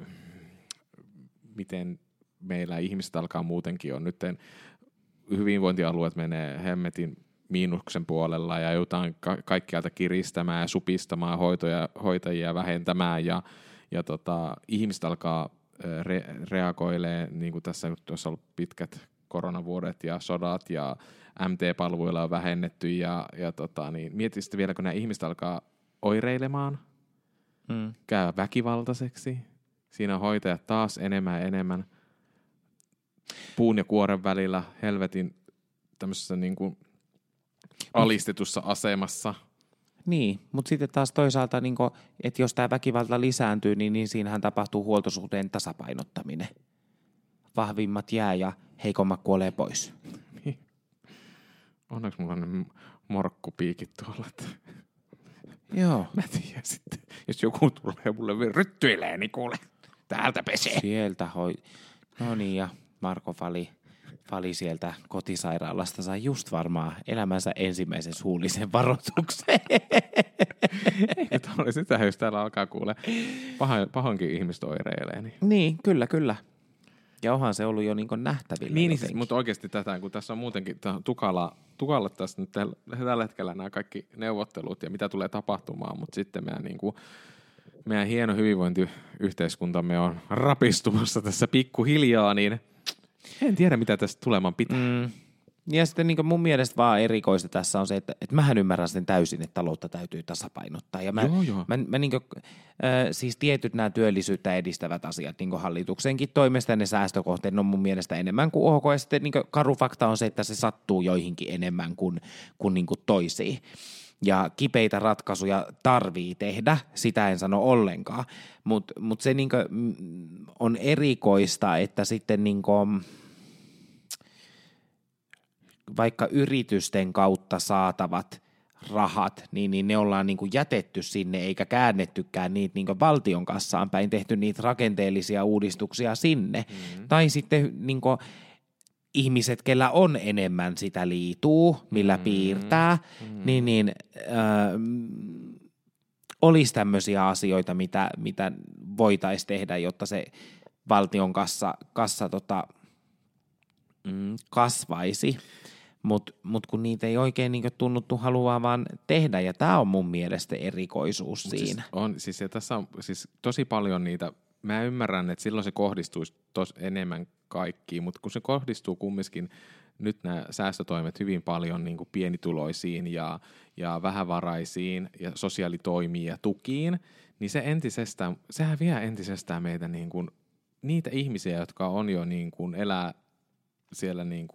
miten meillä ihmiset alkaa muutenkin on. Nyt hyvinvointialueet menee hemmetin miinuksen puolella ja joudutaan kaikkialta kiristämään ja supistamaan hoitajia vähentämään ja ihmiset alkaa reagoilee, niin kuin tässä on ollut pitkät koronavuodet ja sodat ja MT-palveluilla on vähennetty niin mieti sitten vielä, kun nämä ihmiset alkaa oireilemaan, käy väkivaltaiseksi, siinä on hoitajat taas enemmän ja enemmän puun ja kuoren välillä helvetin tämmöisessä niin kuin alistetussa asemassa. Niin, mutta sitten taas toisaalta, niin kun, että jos tämä väkivalta lisääntyy, niin siinähän tapahtuu huoltosuhteen tasapainottaminen. Vahvimmat jää ja heikommat kuolee pois. Niin. Onneksi mulla on ne morkkupiikit tuolla. Joo. Mä tiedän sitten, jos joku tulee mulle ryttyilee, niin kuule, täältä pesee. Sieltä No niin, ja Marko Fali sieltä kotisairaalasta sai just varmaan elämänsä ensimmäisen suullisen varoituksen. Sitä jos täällä alkaa kuule pahoinkin ihmiset oireilee. Niin, kyllä. Ja onhan se ollut jo niin kuin nähtävillä. Niin, siis, mutta oikeasti tätä, kun tässä on muutenkin tukalla tässä nyt tällä hetkellä nämä kaikki neuvottelut ja mitä tulee tapahtumaan, mutta sitten meidän hieno hyvinvointiyhteiskuntamme on rapistumassa tässä pikkuhiljaa, niin en tiedä, mitä tästä tulemaan pitää. Ja sitten niin mun mielestä vaan erikoista tässä on se, että mähän ymmärrän sen täysin, että taloutta täytyy tasapainottaa. Ja mä niin kuin, siis tietyt nämä työllisyyttä edistävät asiat niin hallituksenkin toimesta ja ne säästökohteet on mun mielestä enemmän kuin ok. Ja sitten niin karu fakta on se, että se sattuu joihinkin enemmän kuin toisiin. Ja kipeitä ratkaisuja tarvii tehdä, sitä en sano ollenkaan. Mutta se niin on erikoista, että sitten niin vaikka yritysten kautta saatavat rahat, niin ne ollaan niin kuin jätetty sinne eikä käännettykään niitä niin kuin valtion kassaan päin, tehty niitä rakenteellisia uudistuksia sinne. Tai sitten niin kuin ihmiset, kellä on enemmän sitä liituu, millä piirtää, olisi tämmöisiä asioita, mitä voitaisiin tehdä, jotta se valtion kassa kasvaisi. Mut kun niitä ei oikein niin tunnuttu haluaa vaan tehdä, ja tämä on mun mielestä erikoisuus siinä. Ja tässä on siis tosi paljon niitä, mä ymmärrän, että silloin se kohdistuisi enemmän kaikkiin, mutta kun se kohdistuu kumminkin nyt nämä säästötoimet hyvin paljon niin kuin pienituloisiin ja vähävaraisiin ja sosiaalitoimiin ja tukiin, niin sehän vie entisestään meitä niin kuin, niitä ihmisiä, jotka on jo niin kuin elää siellä niin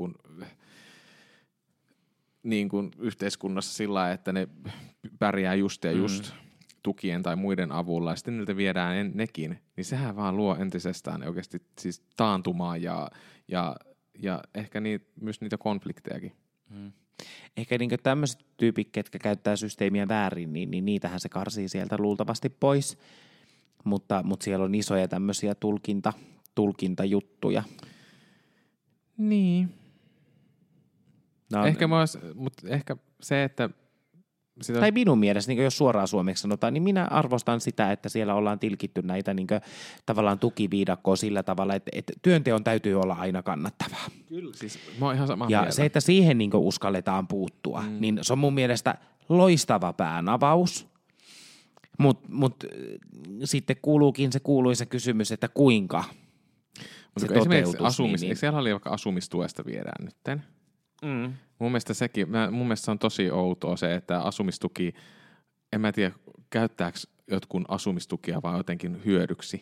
kuin yhteiskunnassa sillä lailla, että ne pärjää just tukien tai muiden avulla, ja sitten niiltä viedään nekin, niin sehän vaan luo entisestään oikeasti siis taantumaa ja ehkä myös niitä konfliktejakin. Ehkä niin tämmöiset tyypit, ketkä käyttää systeemiä väärin, niin niitähän se karsii sieltä luultavasti pois, mutta siellä on isoja tämmöisiä tulkintajuttuja. Niin. No, ehkä se, että tai minun mielestä, niin jos suoraan suomeksi sanotaan, niin minä arvostan sitä, että siellä ollaan tilkitty näitä niin tavallaan tukiviidakkoa sillä tavalla, että työnteon täytyy olla aina kannattavaa. Kyllä, siis mä oon ihan samaa ja mieltä. Se, että siihen niin uskalletaan puuttua, niin se on mun mielestä loistava päänavaus, mutta sitten kuuluukin se kuuluisa kysymys, että kuinka se toteutus. Eikö siellä oli vaikka asumistuesta viedään nytten? Mun mielestä se on tosi outoa se, että asumistuki, en mä tiedä, käyttääkö jotkun asumistukia vaan jotenkin hyödyksi.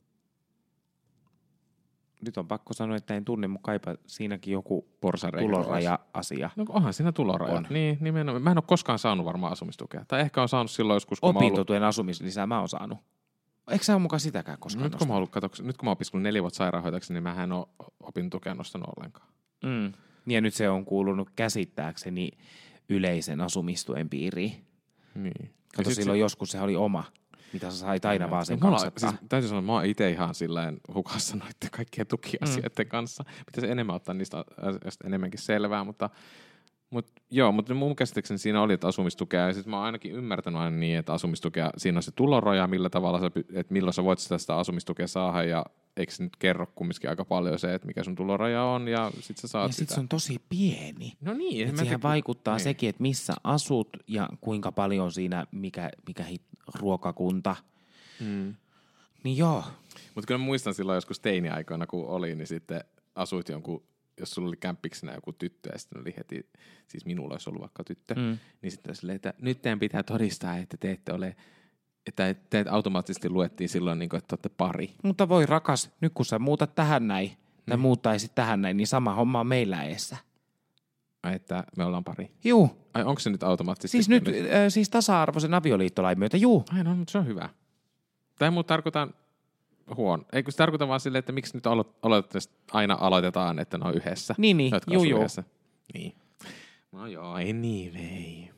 Nyt on pakko sanoa, että en tunne, mutta kaipa siinäkin joku tuloraja-asia. No onhan siinä tuloraja. On. Niin, nimenomaan. Mä en ole koskaan saanut varmaan asumistukea. Tai ehkä on saanut silloin joskus, kun opintotuen asumislisää mä oon saanut. Eikö sä ole mukaan sitäkään koskaan nyt kun mä oon opiskellut 4 vuotta sairaanhoitajaksi, niin mä en ole opintotukea nostanut ollenkaan. Ja nyt se on kuulunut käsittääkseni yleisen asumistuen piiriin. Niin. Kato, silloin joskus se oli oma, mitä sä sait aina vaan sen maksattaa. Siis, täytyy sanoa, että mä oon itse ihan silleen hukassa noiden kaikkien tukiasioiden kanssa. Pitäisi enemmän ottaa niistä enemmänkin selvää, mutta mun käsittääkseni siinä oli, että asumistukea, ja sitten mä oon ainakin ymmärtänyt aina niin, että asumistukea, siinä on se tuloraja, millä tavalla että milloin sä voit sitä asumistukea saada, ja eikö se nyt kerro kumminkin aika paljon se, että mikä sun tuloraja on, ja sit sä saat sitä. Ja sit se on tosi pieni. No niin. Että siihen vaikuttaa sekin, että missä asut, ja kuinka paljon siinä, mikä ruokakunta. Niin joo. Mutta kyllä mä muistan silloin joskus teini-aikoina, kun oli, niin sitten asuit jonkun, jos sulla oli kämppiksenä joku tyttö, ja sitten oli heti, siis minulla olisi ollut vaikka tyttö, niin sitten silleen, että nyt teidän pitää todistaa, että te ette ole, että teet automaattisesti luettiin silloin, niin kuin, että olette pari. Mutta voi rakas, nyt kun sä muutat tähän näin, tai muuttaisit tähän näin, niin sama homma on meillä eessä. Ai, että me ollaan pari? Juu. Ai, onko se nyt automaattisesti? Siis nyt, siis tasa-arvoisen avioliittolain myötä, juu. Ai, no, mutta se on hyvä. Tai muu tarkoitan huono. Eikö se tarkoita vaan silleen, että miksi nyt aina aloitetaan, että ne on yhdessä? Niin, juu. Yhdessä. Niin. No joo, ei niin vei.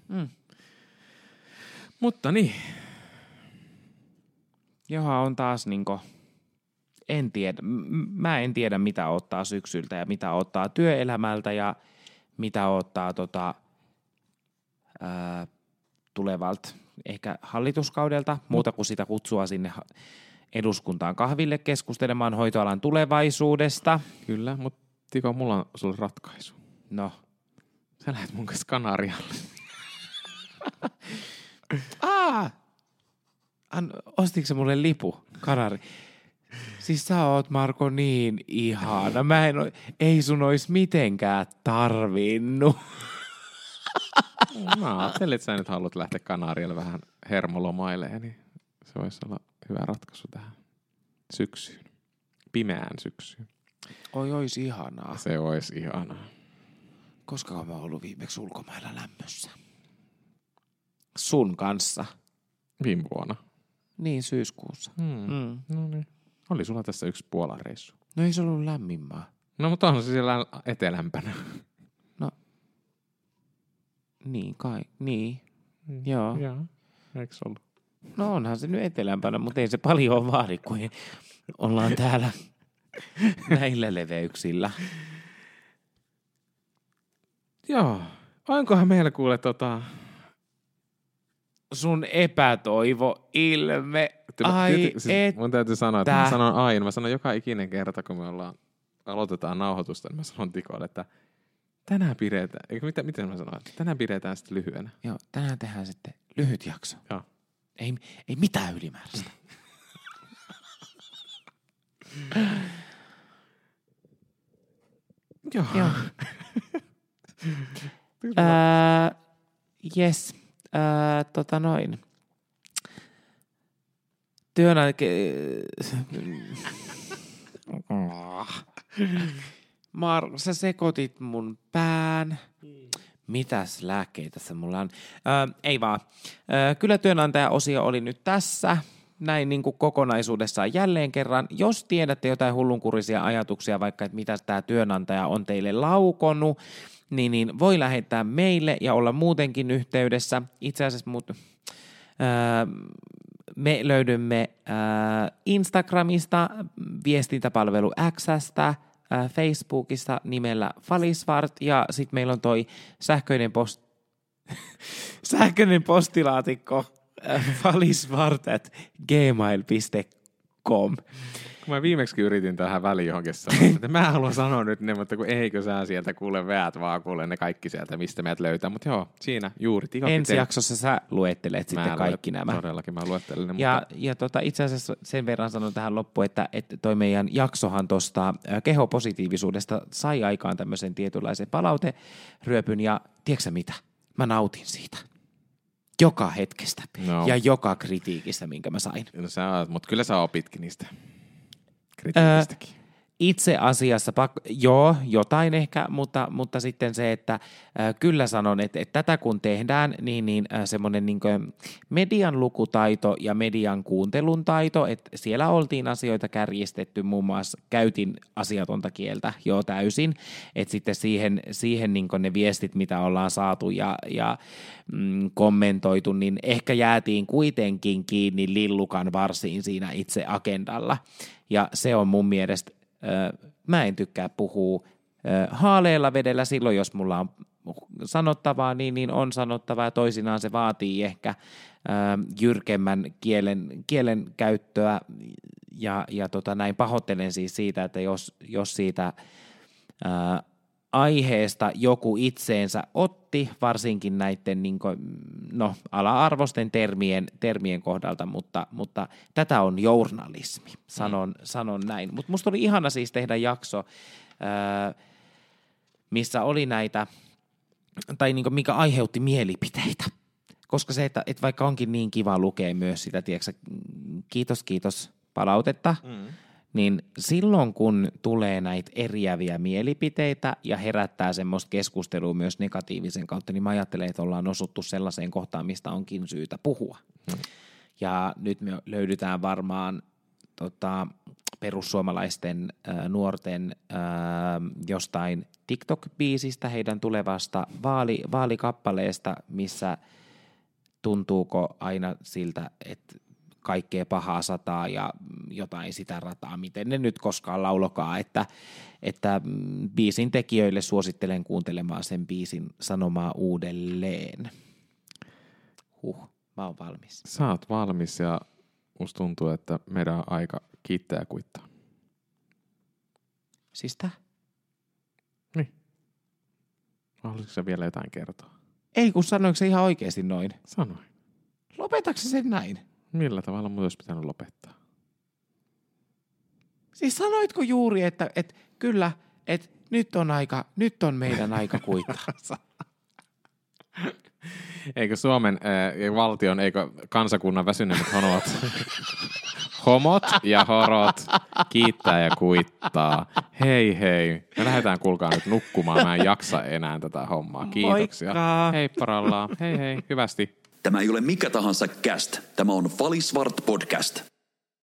Mutta niin. Johan on taas niinku, mä en tiedä mitä ottaa syksyltä ja mitä ottaa työelämältä ja mitä ottaa tulevalta ehkä hallituskaudelta, muuta kuin sitä kutsua sinne eduskuntaan kahville keskustelemaan hoitoalan tulevaisuudesta. Kyllä, mutta Tiko, mulla on sulle ratkaisu. No. Sä lähet mun kanssa Kanarialle. Ostitko se mulle lipu, Kanari? Siis sä oot, Marko, niin ihana. Ei sun ois mitenkään tarvinnut. Mä ajattelin, että sä nyt haluat lähteä Kanarialle vähän hermolomailemaan, niin se voisi olla hyvä ratkaisu tähän syksyyn. Pimeään syksyyn. Ois ihanaa. Se olisi ihanaa. Koska mä oon ollut viimeksi ulkomailla lämmössä? Sun kanssa. Viime vuonna. Niin, syyskuussa. No niin. Oli sulla tässä yksi Puolan reissu. No ei se ollut lämmin maa. No mutta on se siellä etelämpänä. No, niin kai, niin. Joo. Joo, eikö se ollut? No onhan se nyt etelämpänä, mutta ei se paljon vaadi, kun ollaan täällä näillä leveyksillä. Joo. Onkohan meillä kuule Sun epätoivo-ilme. Ai siis mun täytyy sanoa, että mä sanon aina. Mä sanon joka ikinen kerta, kun me aloitetaan nauhoitusta, niin mä sanon Tikolle, että tänään pidetään. Eikö miten mä sanon? Tänään pidetään sitten lyhyenä. Joo, tänään tehdään sitten lyhyt jakso. Joo. Ei mitään ylimääräistä. Joo. Yes. Noin. Sä sekoitit mun pään. Mitäs lääkkeitä se mulla on? Ei vaan. Kyllä työnantaja-osio oli nyt tässä. Näin niin kuin kokonaisuudessaan jälleen kerran. Jos tiedätte jotain hullunkurisia ajatuksia, vaikka että mitä tämä työnantaja on teille laukonut, niin voi lähettää meille ja olla muutenkin yhteydessä. Itse asiassa me löydymme Instagramista, viestintäpalvelu X:stä, Facebookista nimellä Falisvart ja sitten meillä on toi sähköinen postilaatikko falisvart@gmail.com. Kun mä viimeksi yritin tähän väliin johonkin sanoa, että mä haluan sanoa nyt ne, mutta kun eikö sä sieltä kuule veät, vaan kuule ne kaikki sieltä, mistä meidät löytää. Mutta joo, siinä juuri. Ensi jaksossa sä luettelet sitten kaikki nämä. Todellakin mä luettelen ne. Ja itse asiassa sen verran sanon tähän loppuun, että toi meidän jaksohan tuosta kehopositiivisuudesta sai aikaan tämmöisen tietynlaisen palauteryöpyn. Ja tiedätkö mitä? Mä nautin siitä. Joka hetkestä ja joka kritiikistä, minkä mä sain. No mutta kyllä sä opitkin niistä kritiikistäkin. Itse asiassa, jotain ehkä, mutta sitten se, että kyllä sanon, että tätä kun tehdään, niin semmoinen niin median lukutaito ja median kuuntelun taito, että siellä oltiin asioita kärjistetty, muun muassa käytin asiatonta kieltä jo täysin, että sitten siihen niin ne viestit, mitä ollaan saatu ja kommentoitu, niin ehkä jäätiin kuitenkin kiinni lillukan varsiin siinä itse agendalla, ja se on mun mielestä mä en tykkää puhua haaleella vedellä silloin, jos mulla on sanottavaa, niin on sanottavaa, ja toisinaan se vaatii ehkä jyrkemmän kielen käyttöä, ja näin pahoittelen siis siitä, että jos siitä aiheesta joku itseensä otti, varsinkin näiden ala-arvoisten termien kohdalta, mutta tätä on journalismi, sanon näin. Mutta musta oli ihana siis tehdä jakso, missä oli näitä, tai mikä aiheutti mielipiteitä, koska se, että vaikka onkin niin kiva lukea myös sitä, tiedätkö, kiitos palautetta, niin silloin kun tulee näitä eriäviä mielipiteitä ja herättää semmoista keskustelua myös negatiivisen kautta, niin mä ajattelen, että ollaan osuttu sellaiseen kohtaan, mistä onkin syytä puhua. Ja nyt me löydytään varmaan perussuomalaisten nuorten jostain TikTok-biisistä, heidän tulevasta vaalikappaleesta, missä tuntuuko aina siltä, että kaikkea pahaa sataa ja jotain sitä rataa, miten ne nyt koskaan laulokaa, että biisin tekijöille suosittelen kuuntelemaan sen biisin sanomaa uudelleen. Mä oon valmis. Sä oot valmis ja musta tuntuu, että meidän on aika kiittää ja kuittaa. Siis tää? Niin. Haluaisitko sä vielä jotain kertoa? Ei, kun sanoinko se ihan oikeasti noin? Sanoin. Lopetatko sen näin? Millä tavalla mun olisi pitänyt lopettaa? Siis sanoitko juuri, että kyllä, että nyt on meidän aika kuittaa? Eikö Suomen valtion, eikö kansakunnan väsyneimmät homot ja horot kiittää ja kuittaa. Hei hei, me lähdetään kuulkaa nyt nukkumaan, mä en jaksa enää tätä hommaa. Kiitoksia. Moikka. Hei parallaan, hei hei, hyvästi. Tämä ei ole mikä tahansa cast. Tämä on Falisvart podcast.